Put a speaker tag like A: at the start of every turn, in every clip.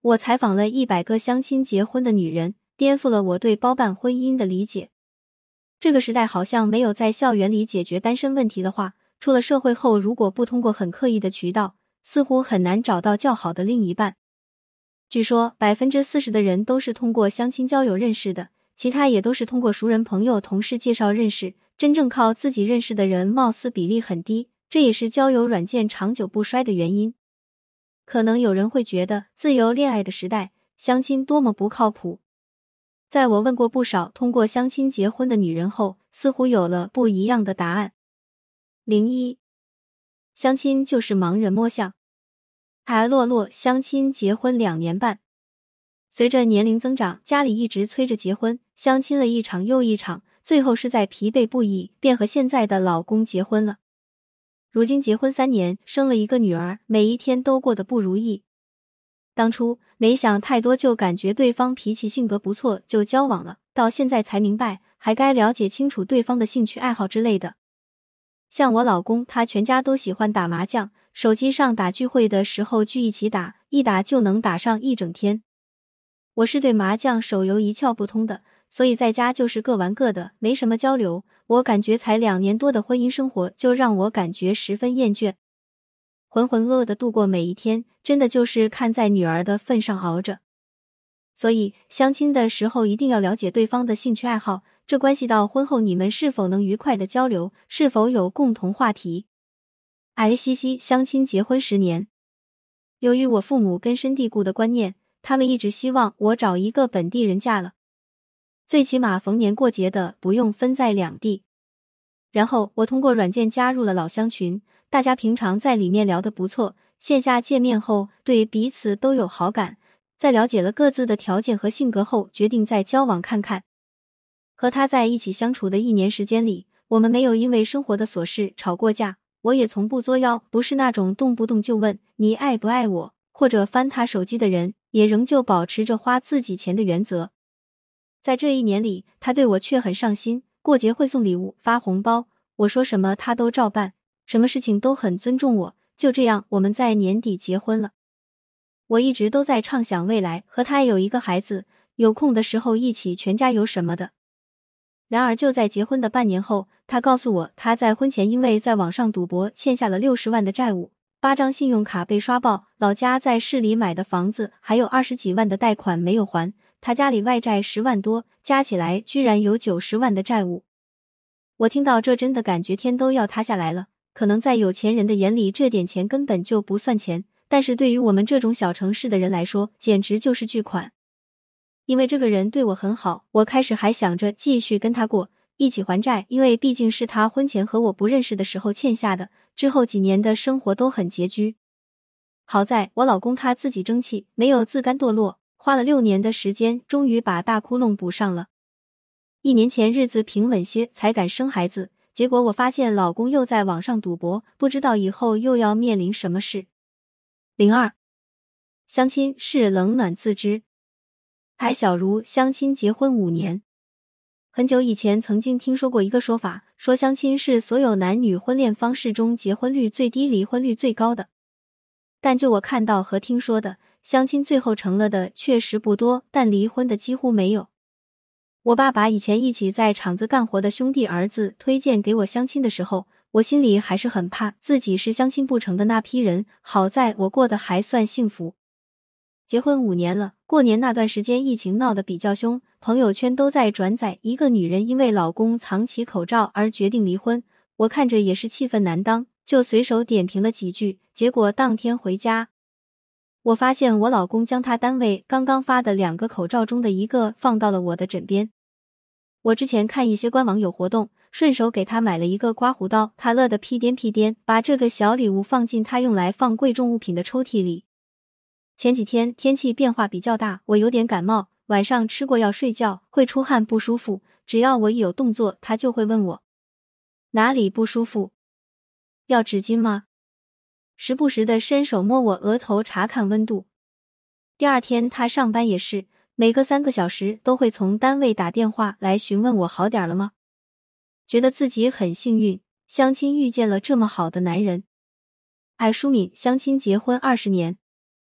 A: 我采访了100个相亲结婚的女人，颠覆了我对包办婚姻的理解。这个时代好像没有在校园里解决单身问题的话，出了社会后如果不通过很刻意的渠道，似乎很难找到较好的另一半。据说40%的人都是通过相亲交友认识的，其他也都是通过熟人朋友同事介绍认识，真正靠自己认识的人貌似比例很低，这也是交友软件长久不衰的原因。可能有人会觉得自由恋爱的时代，相亲多么不靠谱。在我问过不少通过相亲结婚的女人后，似乎有了不一样的答案。01相亲就是盲人摸象。海洛洛相亲结婚2年半，随着年龄增长，家里一直催着结婚，相亲了一场又一场，最后是在疲惫不已，便和现在的老公结婚了。如今结婚3年，生了一个女儿，每一天都过得不如意。当初没想太多，就感觉对方脾气性格不错，就交往了，到现在才明白，还该了解清楚对方的兴趣爱好之类的。像我老公，他全家都喜欢打麻将，手机上打聚会的时候聚一起打，一打就能打上一整天。我是对麻将手游一窍不通的，所以在家就是各玩各的，没什么交流。我感觉才2年多的婚姻生活就让我感觉十分厌倦，浑浑噩噩的度过每一天，真的就是看在女儿的份上熬着。所以相亲的时候一定要了解对方的兴趣爱好，这关系到婚后你们是否能愉快的交流，是否有共同话题。西西相亲结婚10年，由于我父母根深蒂固的观念，他们一直希望我找一个本地人嫁了，最起码逢年过节的不用分在两地。然后我通过软件加入了老乡群，大家平常在里面聊得不错，线下见面后对彼此都有好感，在了解了各自的条件和性格后，决定再交往看看。和他在一起相处的1年时间里，我们没有因为生活的琐事吵过架，我也从不作妖，不是那种动不动就问你爱不爱我，或者翻他手机的人，也仍旧保持着花自己钱的原则。在这1年里，他对我却很上心，过节会送礼物发红包，我说什么他都照办，什么事情都很尊重我，就这样我们在年底结婚了。我一直都在畅想未来和他有一个孩子，有空的时候一起全家游什么的。然而就在结婚的半年后，他告诉我他在婚前因为在网上赌博欠下了60万的债务，8张信用卡被刷爆，老家在市里买的房子还有20几万的贷款没有还，他家里外债10万多，加起来居然有90万的债务。我听到这真的感觉天都要塌下来了，可能在有钱人的眼里这点钱根本就不算钱，但是对于我们这种小城市的人来说，简直就是巨款。因为这个人对我很好，我开始还想着继续跟他过，一起还债，因为毕竟是他婚前和我不认识的时候欠下的，之后几年的生活都很拮据。好在我老公他自己争气，没有自甘堕落，花了6年的时间，终于把大窟窿补上了。1年前日子平稳些，才敢生孩子，结果我发现老公又在网上赌博，不知道以后又要面临什么事。02相亲是冷暖自知。海小茹相亲结婚5年。很久以前曾经听说过一个说法，说相亲是所有男女婚恋方式中结婚率最低、离婚率最高的。但就我看到和听说的，相亲最后成了的确实不多，但离婚的几乎没有。我爸把以前一起在厂子干活的兄弟儿子推荐给我相亲的时候，我心里还是很怕自己是相亲不成的那批人，好在我过得还算幸福。结婚5年了，过年那段时间疫情闹得比较凶，朋友圈都在转载一个女人因为老公藏起口罩而决定离婚，我看着也是气愤难当，就随手点评了几句，结果当天回家，我发现我老公将他单位刚刚发的2个口罩中的一个放到了我的枕边。我之前看一些官网有活动，顺手给他买了一个刮胡刀，他乐得屁颠屁颠，把这个小礼物放进他用来放贵重物品的抽屉里。前几天天气变化比较大，我有点感冒，晚上吃过药睡觉，会出汗不舒服，只要我一有动作，他就会问我哪里不舒服，要纸巾吗？时不时的伸手摸我额头查看温度。第2天他上班也是，每隔3个小时都会从单位打电话来询问我好点了吗？觉得自己很幸运，相亲遇见了这么好的男人。舒敏相亲结婚20年。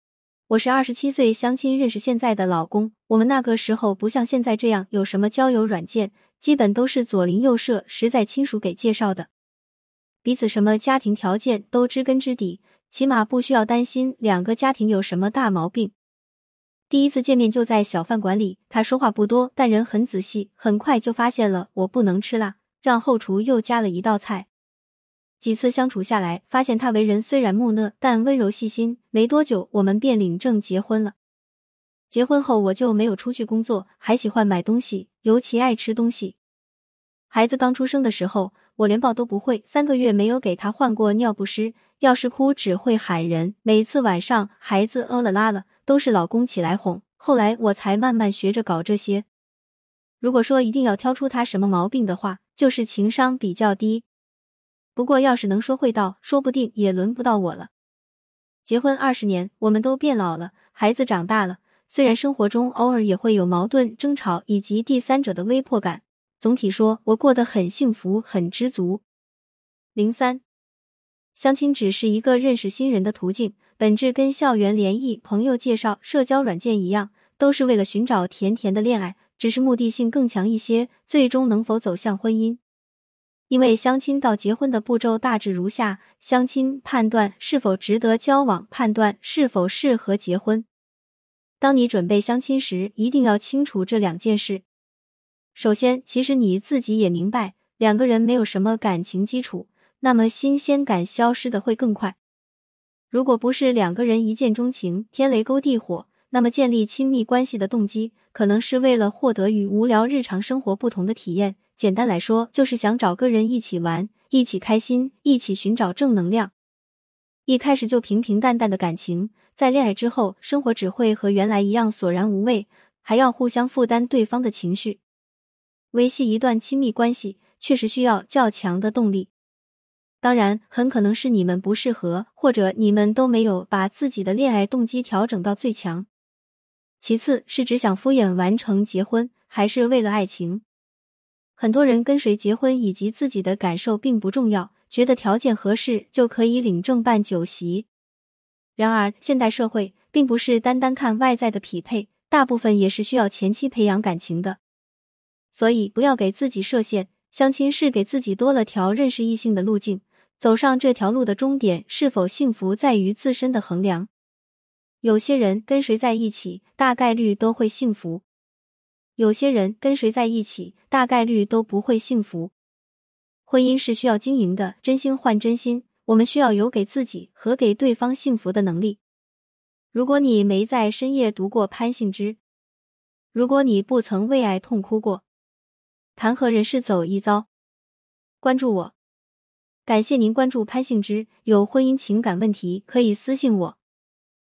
A: 我是27岁相亲认识现在的老公，我们那个时候不像现在这样有什么交友软件，基本都是左邻右舍、实在亲属给介绍的。彼此什么家庭条件都知根知底，起码不需要担心两个家庭有什么大毛病。第一次见面就在小饭馆里，他说话不多，但人很仔细，很快就发现了我不能吃辣，让后厨又加了一道菜。几次相处下来，发现他为人虽然木讷，但温柔细心。没多久，我们便领证结婚了。结婚后我就没有出去工作，还喜欢买东西，尤其爱吃东西。孩子刚出生的时候，我连抱都不会，3个月没有给他换过尿不湿，要是哭只会喊人。每次晚上孩子了拉了，都是老公起来哄。后来我才慢慢学着搞这些。如果说一定要挑出他什么毛病的话，就是情商比较低。不过要是能说会道，说不定也轮不到我了。结婚20年，我们都变老了，孩子长大了，虽然生活中偶尔也会有矛盾、争吵以及第三者的威迫感，总体说我过得很幸福，很知足。03相亲只是一个认识新人的途径，本质跟校园联谊、朋友介绍、社交软件一样，都是为了寻找甜甜的恋爱，只是目的性更强一些，最终能否走向婚姻。因为相亲到结婚的步骤大致如下：相亲判断是否值得交往，判断是否适合结婚。当你准备相亲时，一定要清楚这2件事。首先，其实你自己也明白，两个人没有什么感情基础，那么新鲜感消失的会更快。如果不是两个人一见钟情，天雷勾地火，那么建立亲密关系的动机，可能是为了获得与无聊日常生活不同的体验。简单来说，就是想找个人一起玩，一起开心，一起寻找正能量。一开始就平平淡淡的感情，在恋爱之后，生活只会和原来一样索然无味，还要互相负担对方的情绪。维系一段亲密关系，确实需要较强的动力。当然，很可能是你们不适合，或者你们都没有把自己的恋爱动机调整到最强。其次是只想敷衍完成结婚，还是为了爱情。很多人跟谁结婚以及自己的感受并不重要，觉得条件合适就可以领证办酒席。然而，现代社会并不是单单看外在的匹配，大部分也是需要前期培养感情的。所以，不要给自己设限，相亲是给自己多了条认识异性的路径，走上这条路的终点是否幸福在于自身的衡量。有些人跟谁在一起，大概率都会幸福。有些人跟谁在一起，大概率都不会幸福。婚姻是需要经营的，真心换真心，我们需要有给自己和给对方幸福的能力。如果你没在深夜读过潘幸之，如果你不曾为爱痛哭过，谈何人世走一遭？关注我。感谢您关注潘幸之，有婚姻情感问题可以私信我。